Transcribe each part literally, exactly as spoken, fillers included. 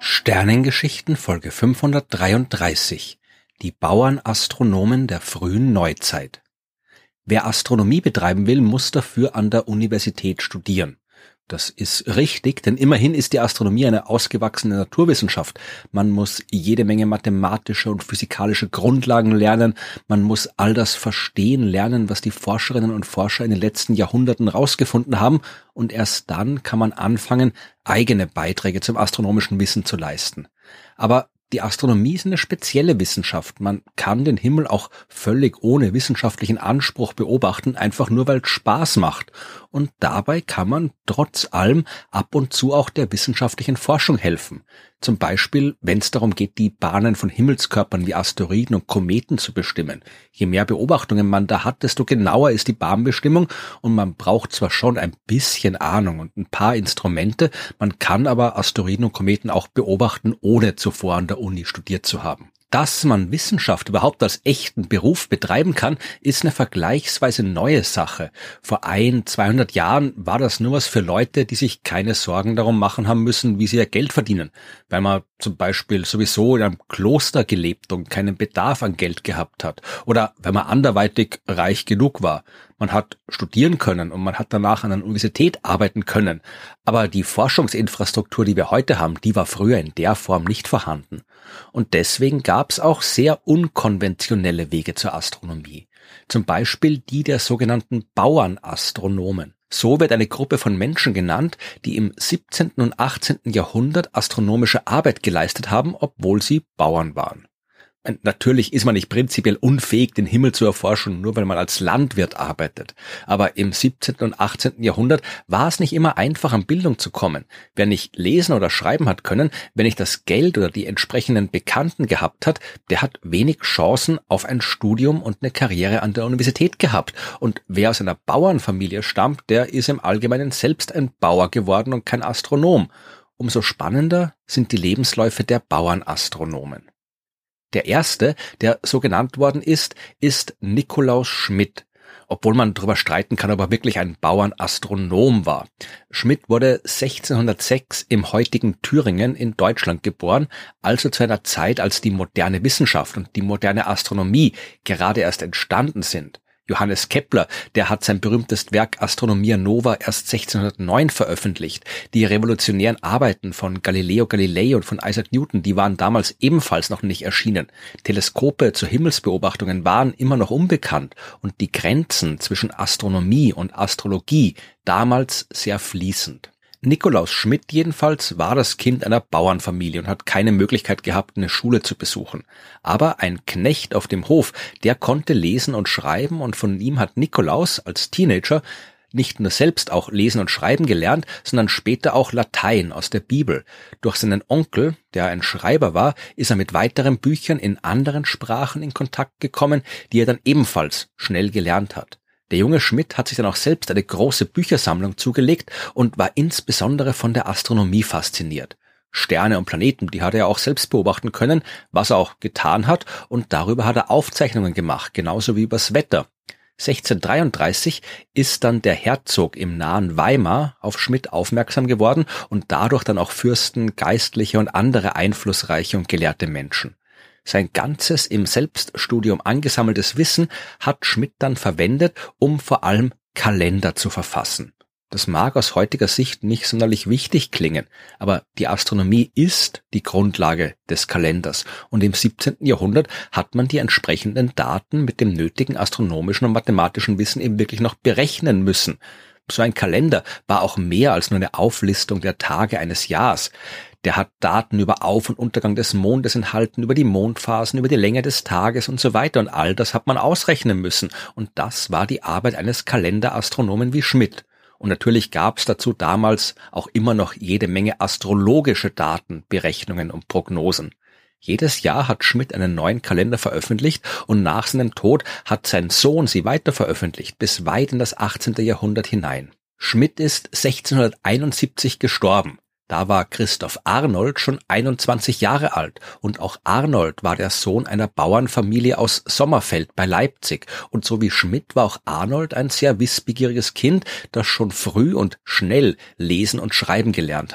Sternengeschichten Folge fünfhundertdreiunddreißig. Die Bauernastronomen der frühen Neuzeit. Wer Astronomie betreiben will, muss dafür an der Universität studieren. Das ist richtig, denn immerhin ist die Astronomie eine ausgewachsene Naturwissenschaft. Man muss jede Menge mathematische und physikalische Grundlagen lernen. Man muss all das verstehen lernen, was die Forscherinnen und Forscher in den letzten Jahrhunderten rausgefunden haben. Und erst dann kann man anfangen, eigene Beiträge zum astronomischen Wissen zu leisten. Aber die Astronomie ist eine spezielle Wissenschaft. Man kann den Himmel auch völlig ohne wissenschaftlichen Anspruch beobachten, einfach nur weil es Spaß macht. Und dabei kann man trotz allem ab und zu auch der wissenschaftlichen Forschung helfen. Zum Beispiel, wenn es darum geht, die Bahnen von Himmelskörpern wie Asteroiden und Kometen zu bestimmen. Je mehr Beobachtungen man da hat, desto genauer ist die Bahnbestimmung und man braucht zwar schon ein bisschen Ahnung und ein paar Instrumente, man kann aber Asteroiden und Kometen auch beobachten, ohne zuvor an der Uni studiert zu haben. Dass man Wissenschaft überhaupt als echten Beruf betreiben kann, ist eine vergleichsweise neue Sache. Vor ein, zweihundert Jahren war das nur was für Leute, die sich keine Sorgen darum machen haben müssen, wie sie ihr Geld verdienen. Weil man zum Beispiel sowieso in einem Kloster gelebt und keinen Bedarf an Geld gehabt hat. Oder weil man anderweitig reich genug war. Man hat studieren können und man hat danach an einer Universität arbeiten können. Aber die Forschungsinfrastruktur, die wir heute haben, die war früher in der Form nicht vorhanden. Und deswegen gab es auch sehr unkonventionelle Wege zur Astronomie. Zum Beispiel die der sogenannten Bauernastronomen. So wird eine Gruppe von Menschen genannt, die im siebzehnten und achtzehnten Jahrhundert astronomische Arbeit geleistet haben, obwohl sie Bauern waren. Natürlich ist man nicht prinzipiell unfähig, den Himmel zu erforschen, nur weil man als Landwirt arbeitet. Aber im siebzehnten und achtzehnten Jahrhundert war es nicht immer einfach, an Bildung zu kommen. Wer nicht lesen oder schreiben hat können, wer nicht das Geld oder die entsprechenden Bekannten gehabt hat, der hat wenig Chancen auf ein Studium und eine Karriere an der Universität gehabt. Und wer aus einer Bauernfamilie stammt, der ist im Allgemeinen selbst ein Bauer geworden und kein Astronom. Umso spannender sind die Lebensläufe der Bauernastronomen. Der erste, der so genannt worden ist, ist Nikolaus Schmid, obwohl man darüber streiten kann, ob er wirklich ein Bauernastronom war. Schmid wurde sechzehnhundertsechs im heutigen Thüringen in Deutschland geboren, also zu einer Zeit, als die moderne Wissenschaft und die moderne Astronomie gerade erst entstanden sind. Johannes Kepler, der hat sein berühmtes Werk Astronomia Nova erst sechzehnhundertneun veröffentlicht. Die revolutionären Arbeiten von Galileo Galilei und von Isaac Newton, die waren damals ebenfalls noch nicht erschienen. Teleskope zu Himmelsbeobachtungen waren immer noch unbekannt und die Grenzen zwischen Astronomie und Astrologie damals sehr fließend. Nikolaus Schmid jedenfalls war das Kind einer Bauernfamilie und hat keine Möglichkeit gehabt, eine Schule zu besuchen. Aber ein Knecht auf dem Hof, der konnte lesen und schreiben und von ihm hat Nikolaus als Teenager nicht nur selbst auch lesen und schreiben gelernt, sondern später auch Latein aus der Bibel. Durch seinen Onkel, der ein Schreiber war, ist er mit weiteren Büchern in anderen Sprachen in Kontakt gekommen, die er dann ebenfalls schnell gelernt hat. Der junge Schmid hat sich dann auch selbst eine große Büchersammlung zugelegt und war insbesondere von der Astronomie fasziniert. Sterne und Planeten, die hat er auch selbst beobachten können, was er auch getan hat, und darüber hat er Aufzeichnungen gemacht, genauso wie übers Wetter. sechzehnhundertdreiunddreißig ist dann der Herzog im nahen Weimar auf Schmid aufmerksam geworden und dadurch dann auch Fürsten, Geistliche und andere einflussreiche und gelehrte Menschen. Sein ganzes im Selbststudium angesammeltes Wissen hat Schmid dann verwendet, um vor allem Kalender zu verfassen. Das mag aus heutiger Sicht nicht sonderlich wichtig klingen, aber die Astronomie ist die Grundlage des Kalenders und im siebzehnten Jahrhundert hat man die entsprechenden Daten mit dem nötigen astronomischen und mathematischen Wissen eben wirklich noch berechnen müssen. So ein Kalender war auch mehr als nur eine Auflistung der Tage eines Jahres. Der hat Daten über Auf- und Untergang des Mondes enthalten, über die Mondphasen, über die Länge des Tages und so weiter. Und all das hat man ausrechnen müssen. Und das war die Arbeit eines Kalenderastronomen wie Schmid. Und natürlich gab es dazu damals auch immer noch jede Menge astrologische Daten, Berechnungen und Prognosen. Jedes Jahr hat Schmid einen neuen Kalender veröffentlicht und nach seinem Tod hat sein Sohn sie weiter veröffentlicht, bis weit in das achtzehnte Jahrhundert hinein. Schmid ist sechzehnhunderteinundsiebzig gestorben. Da war Christoph Arnold schon einundzwanzig Jahre alt und auch Arnold war der Sohn einer Bauernfamilie aus Sommerfeld bei Leipzig und so wie Schmid war auch Arnold ein sehr wissbegieriges Kind, das schon früh und schnell lesen und schreiben gelernt hat.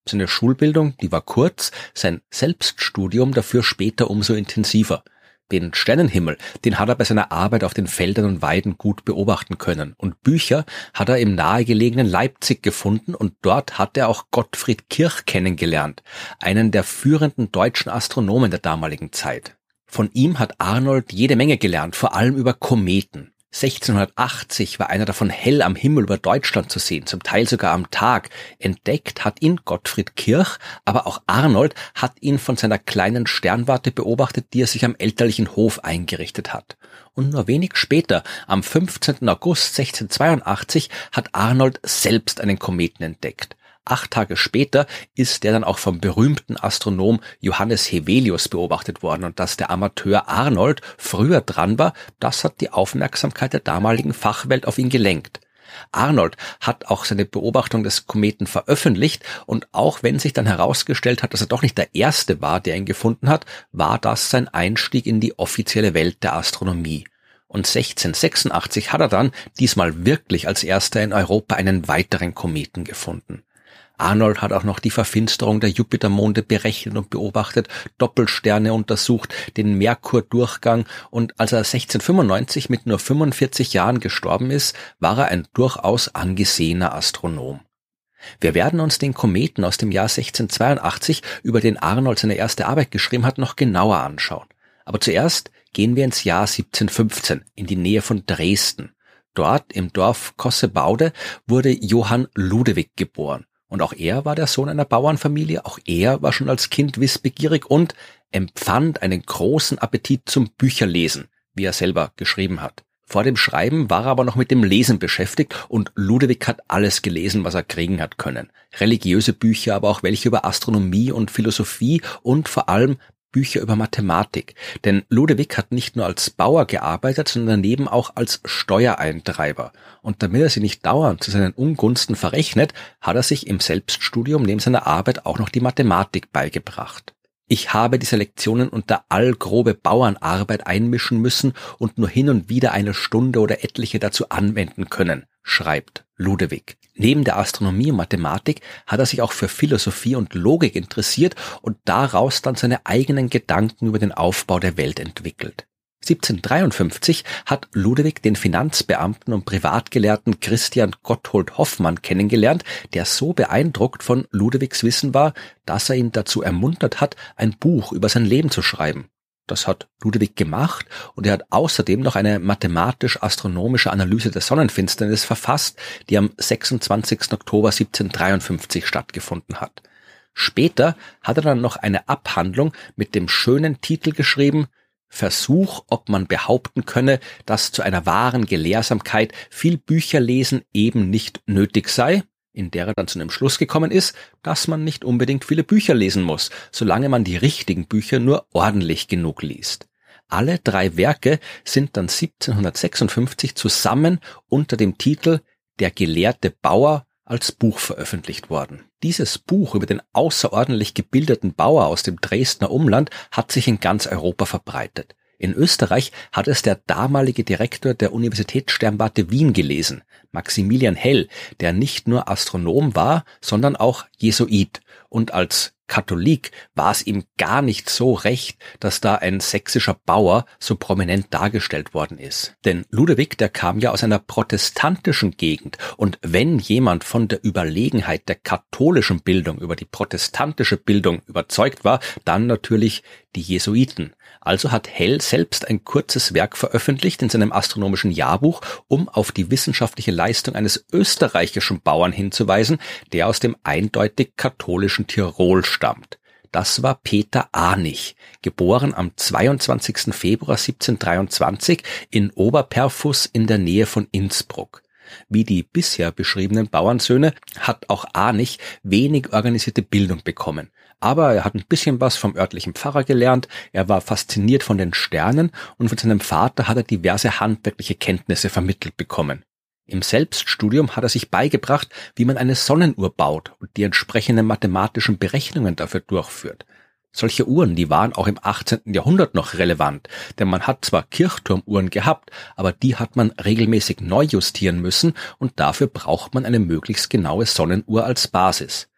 Seine Schulbildung, die war kurz, sein Selbststudium dafür später umso intensiver. Den Sternenhimmel, den hat er bei seiner Arbeit auf den Feldern und Weiden gut beobachten können. Und Bücher hat er im nahegelegenen Leipzig gefunden und dort hat er auch Gottfried Kirch kennengelernt, einen der führenden deutschen Astronomen der damaligen Zeit. Von ihm hat Arnold jede Menge gelernt, vor allem über Kometen. sechzehnhundertachtzig war einer davon hell am Himmel über Deutschland zu sehen, zum Teil sogar am Tag. Entdeckt hat ihn Gottfried Kirch, aber auch Arnold hat ihn von seiner kleinen Sternwarte beobachtet, die er sich am elterlichen Hof eingerichtet hat. Und nur wenig später, am fünfzehnten August sechzehnhundertzweiundachtzig, hat Arnold selbst einen Kometen entdeckt. Acht Tage später ist der dann auch vom berühmten Astronom Johannes Hevelius beobachtet worden. Und dass der Amateur Arnold früher dran war, das hat die Aufmerksamkeit der damaligen Fachwelt auf ihn gelenkt. Arnold hat auch seine Beobachtung des Kometen veröffentlicht und auch wenn sich dann herausgestellt hat, dass er doch nicht der Erste war, der ihn gefunden hat, war das sein Einstieg in die offizielle Welt der Astronomie. Und sechzehnhundertsechsundachtzig hat er dann diesmal wirklich als Erster in Europa einen weiteren Kometen gefunden. Arnold hat auch noch die Verfinsterung der Jupitermonde berechnet und beobachtet, Doppelsterne untersucht, den Merkurdurchgang und als er sechzehnhundertfünfundneunzig mit nur fünfundvierzig Jahren gestorben ist, war er ein durchaus angesehener Astronom. Wir werden uns den Kometen aus dem Jahr sechzehnhundertzweiundachtzig, über den Arnold seine erste Arbeit geschrieben hat, noch genauer anschauen. Aber zuerst gehen wir ins Jahr siebzehnhundertfünfzehn, in die Nähe von Dresden. Dort im Dorf Kossebaude wurde Johann Ludewig geboren. Und auch er war der Sohn einer Bauernfamilie, auch er war schon als Kind wissbegierig und empfand einen großen Appetit zum Bücherlesen, wie er selber geschrieben hat. Vor dem Schreiben war er aber noch mit dem Lesen beschäftigt und Ludewig hat alles gelesen, was er kriegen hat können. Religiöse Bücher, aber auch welche über Astronomie und Philosophie und vor allem Bücher über Mathematik. Denn Ludewig hat nicht nur als Bauer gearbeitet, sondern daneben auch als Steuereintreiber. Und damit er sie nicht dauernd zu seinen Ungunsten verrechnet, hat er sich im Selbststudium neben seiner Arbeit auch noch die Mathematik beigebracht. Ich habe diese Lektionen unter allgrobe Bauernarbeit einmischen müssen und nur hin und wieder eine Stunde oder etliche dazu anwenden können, schreibt Ludewig. Neben der Astronomie und Mathematik hat er sich auch für Philosophie und Logik interessiert und daraus dann seine eigenen Gedanken über den Aufbau der Welt entwickelt. siebzehnhundertdreiundfünfzig hat Ludewig den Finanzbeamten und Privatgelehrten Christian Gotthold Hoffmann kennengelernt, der so beeindruckt von Ludewigs Wissen war, dass er ihn dazu ermuntert hat, ein Buch über sein Leben zu schreiben. Das hat Ludewig gemacht und er hat außerdem noch eine mathematisch-astronomische Analyse der Sonnenfinsternis verfasst, die am sechsundzwanzigsten Oktober siebzehnhundertdreiundfünfzig stattgefunden hat. Später hat er dann noch eine Abhandlung mit dem schönen Titel geschrieben: Versuch, ob man behaupten könne, dass zu einer wahren Gelehrsamkeit viel Bücherlesen eben nicht nötig sei, in der er dann zu dem Schluss gekommen ist, dass man nicht unbedingt viele Bücher lesen muss, solange man die richtigen Bücher nur ordentlich genug liest. Alle drei Werke sind dann siebzehnhundertsechsundfünfzig zusammen unter dem Titel Der gelehrte Bauer als Buch veröffentlicht worden. Dieses Buch über den außerordentlich gebildeten Bauer aus dem Dresdner Umland hat sich in ganz Europa verbreitet. In Österreich hat es der damalige Direktor der Universitätssternwarte Wien gelesen, Maximilian Hell, der nicht nur Astronom war, sondern auch Jesuit. Und als Katholik war es ihm gar nicht so recht, dass da ein sächsischer Bauer so prominent dargestellt worden ist. Denn Ludewig, der kam ja aus einer protestantischen Gegend und wenn jemand von der Überlegenheit der katholischen Bildung über die protestantische Bildung überzeugt war, dann natürlich die Jesuiten. Also hat Hell selbst ein kurzes Werk veröffentlicht in seinem astronomischen Jahrbuch, um auf die wissenschaftliche Leistung eines österreichischen Bauern hinzuweisen, der aus dem eindeutig katholischen Tirol stammt. Das war Peter Arnig, geboren am zweiundzwanzigsten Februar siebzehnhundertdreiundzwanzig in Oberperfus in der Nähe von Innsbruck. Wie die bisher beschriebenen Bauernsöhne hat auch Arnig wenig organisierte Bildung bekommen. Aber er hat ein bisschen was vom örtlichen Pfarrer gelernt, er war fasziniert von den Sternen und von seinem Vater hat er diverse handwerkliche Kenntnisse vermittelt bekommen. Im Selbststudium hat er sich beigebracht, wie man eine Sonnenuhr baut und die entsprechenden mathematischen Berechnungen dafür durchführt. Solche Uhren, die waren auch im achtzehnten Jahrhundert noch relevant, denn man hat zwar Kirchturmuhren gehabt, aber die hat man regelmäßig neu justieren müssen und dafür braucht man eine möglichst genaue Sonnenuhr als Basis.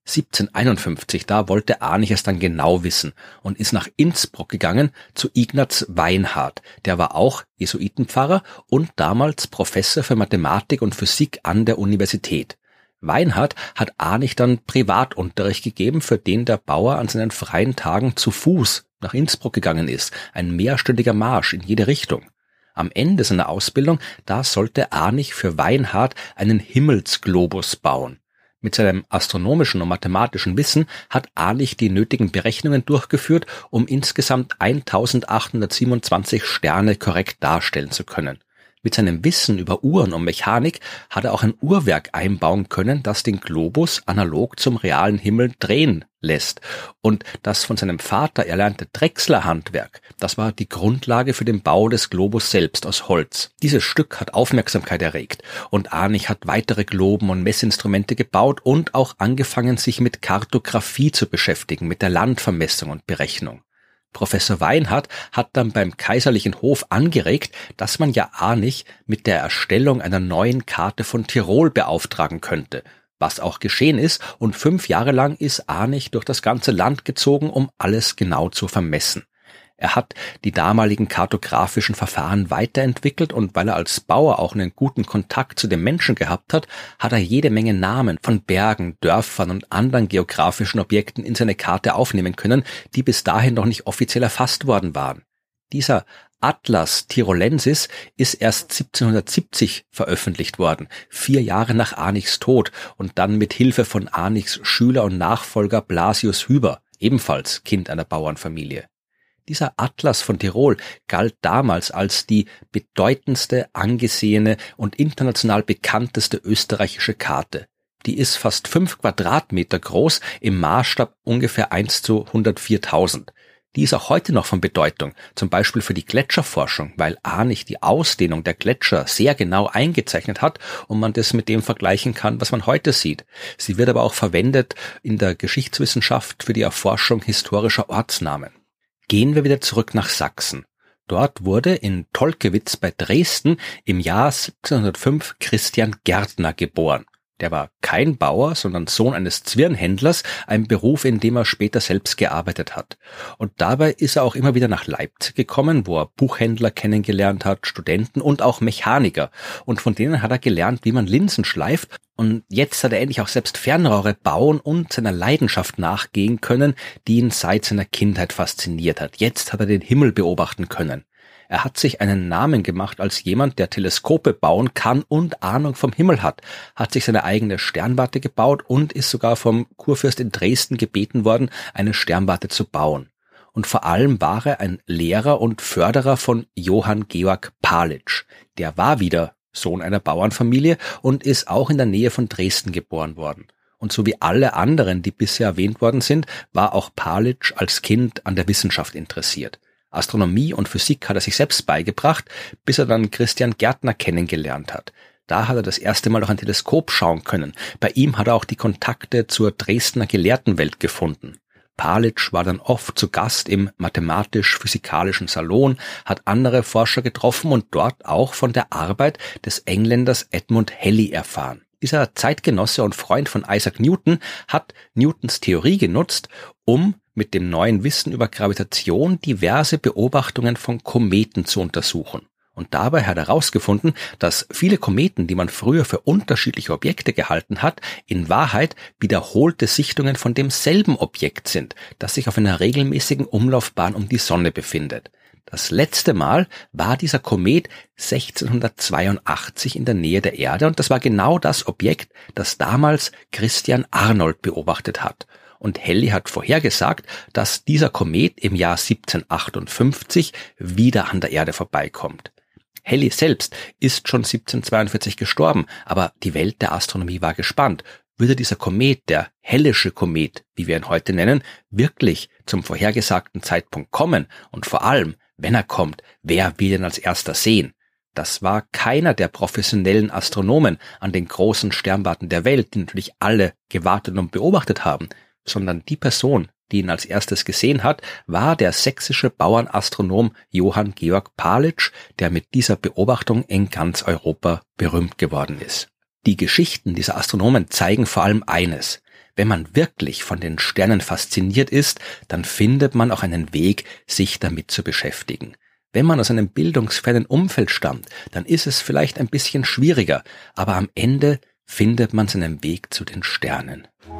siebzehnhunderteinundfünfzig, da wollte Arnig es dann genau wissen und ist nach Innsbruck gegangen zu Ignaz Weinhardt. Der war auch Jesuitenpfarrer und damals Professor für Mathematik und Physik an der Universität. Weinhardt hat Arnig dann Privatunterricht gegeben, für den der Bauer an seinen freien Tagen zu Fuß nach Innsbruck gegangen ist. Ein mehrstündiger Marsch in jede Richtung. Am Ende seiner Ausbildung, da sollte Arnig für Weinhardt einen Himmelsglobus bauen. Mit seinem astronomischen und mathematischen Wissen hat Arnig die nötigen Berechnungen durchgeführt, um insgesamt eintausendachthundertsiebenundzwanzig Sterne korrekt darstellen zu können. Mit seinem Wissen über Uhren und Mechanik hat er auch ein Uhrwerk einbauen können, das den Globus analog zum realen Himmel drehen lässt. Und das von seinem Vater erlernte Drechslerhandwerk, das war die Grundlage für den Bau des Globus selbst aus Holz. Dieses Stück hat Aufmerksamkeit erregt und Arnig hat weitere Globen und Messinstrumente gebaut und auch angefangen, sich mit Kartographie zu beschäftigen, mit der Landvermessung und Berechnung. Professor Weinhardt hat dann beim kaiserlichen Hof angeregt, dass man ja Arnig mit der Erstellung einer neuen Karte von Tirol beauftragen könnte, was auch geschehen ist, und fünf Jahre lang ist Arnig durch das ganze Land gezogen, um alles genau zu vermessen. Er hat die damaligen kartografischen Verfahren weiterentwickelt und weil er als Bauer auch einen guten Kontakt zu den Menschen gehabt hat, hat er jede Menge Namen von Bergen, Dörfern und anderen geografischen Objekten in seine Karte aufnehmen können, die bis dahin noch nicht offiziell erfasst worden waren. Dieser Atlas Tirolensis ist erst siebzehnhundertsiebzig veröffentlicht worden, vier Jahre nach Arnigs Tod und dann mit Hilfe von Arnigs Schüler und Nachfolger Blasius Huber, ebenfalls Kind einer Bauernfamilie. Dieser Atlas von Tirol galt damals als die bedeutendste, angesehene und international bekannteste österreichische Karte. Die ist fast fünf Quadratmeter groß, im Maßstab ungefähr eins zu hundertviertausend. Die ist auch heute noch von Bedeutung, zum Beispiel für die Gletscherforschung, weil Arnig die Ausdehnung der Gletscher sehr genau eingezeichnet hat und man das mit dem vergleichen kann, was man heute sieht. Sie wird aber auch verwendet in der Geschichtswissenschaft für die Erforschung historischer Ortsnamen. Gehen wir wieder zurück nach Sachsen. Dort wurde in Tolkewitz bei Dresden im Jahr siebzehnhundertfünf Christian Gärtner geboren. Der war kein Bauer, sondern Sohn eines Zwirnhändlers, ein Beruf, in dem er später selbst gearbeitet hat. Und dabei ist er auch immer wieder nach Leipzig gekommen, wo er Buchhändler kennengelernt hat, Studenten und auch Mechaniker. Und von denen hat er gelernt, wie man Linsen schleift. Und jetzt hat er endlich auch selbst Fernrohre bauen und seiner Leidenschaft nachgehen können, die ihn seit seiner Kindheit fasziniert hat. Jetzt hat er den Himmel beobachten können. Er hat sich einen Namen gemacht als jemand, der Teleskope bauen kann und Ahnung vom Himmel hat, hat sich seine eigene Sternwarte gebaut und ist sogar vom Kurfürst in Dresden gebeten worden, eine Sternwarte zu bauen. Und vor allem war er ein Lehrer und Förderer von Johann Georg Palitsch. Der war wieder Sohn einer Bauernfamilie und ist auch in der Nähe von Dresden geboren worden. Und so wie alle anderen, die bisher erwähnt worden sind, war auch Palitsch als Kind an der Wissenschaft interessiert. Astronomie und Physik hat er sich selbst beigebracht, bis er dann Christian Gärtner kennengelernt hat. Da hat er das erste Mal durch ein Teleskop schauen können. Bei ihm hat er auch die Kontakte zur Dresdner Gelehrtenwelt gefunden. Palitsch war dann oft zu Gast im mathematisch-physikalischen Salon, hat andere Forscher getroffen und dort auch von der Arbeit des Engländers Edmund Halley erfahren. Dieser Zeitgenosse und Freund von Isaac Newton hat Newtons Theorie genutzt, um mit dem neuen Wissen über Gravitation diverse Beobachtungen von Kometen zu untersuchen. Und dabei hat er herausgefunden, dass viele Kometen, die man früher für unterschiedliche Objekte gehalten hat, in Wahrheit wiederholte Sichtungen von demselben Objekt sind, das sich auf einer regelmäßigen Umlaufbahn um die Sonne befindet. Das letzte Mal war dieser Komet sechzehnhundertzweiundachtzig in der Nähe der Erde und das war genau das Objekt, das damals Christian Arnold beobachtet hat. Und Halley hat vorhergesagt, dass dieser Komet im Jahr siebzehnhundertachtundfünfzig wieder an der Erde vorbeikommt. Halley selbst ist schon siebzehnhundertzweiundvierzig gestorben, aber die Welt der Astronomie war gespannt. Würde dieser Komet, der Halley'sche Komet, wie wir ihn heute nennen, wirklich zum vorhergesagten Zeitpunkt kommen? Und vor allem, wenn er kommt, wer will ihn als erster sehen? Das war keiner der professionellen Astronomen an den großen Sternwarten der Welt, die natürlich alle gewartet und beobachtet haben, sondern die Person, die ihn als erstes gesehen hat, war der sächsische Bauernastronom Johann Georg Palitsch, der mit dieser Beobachtung in ganz Europa berühmt geworden ist. Die Geschichten dieser Astronomen zeigen vor allem eines: Wenn man wirklich von den Sternen fasziniert ist, dann findet man auch einen Weg, sich damit zu beschäftigen. Wenn man aus einem bildungsfernen Umfeld stammt, dann ist es vielleicht ein bisschen schwieriger, aber am Ende findet man seinen Weg zu den Sternen.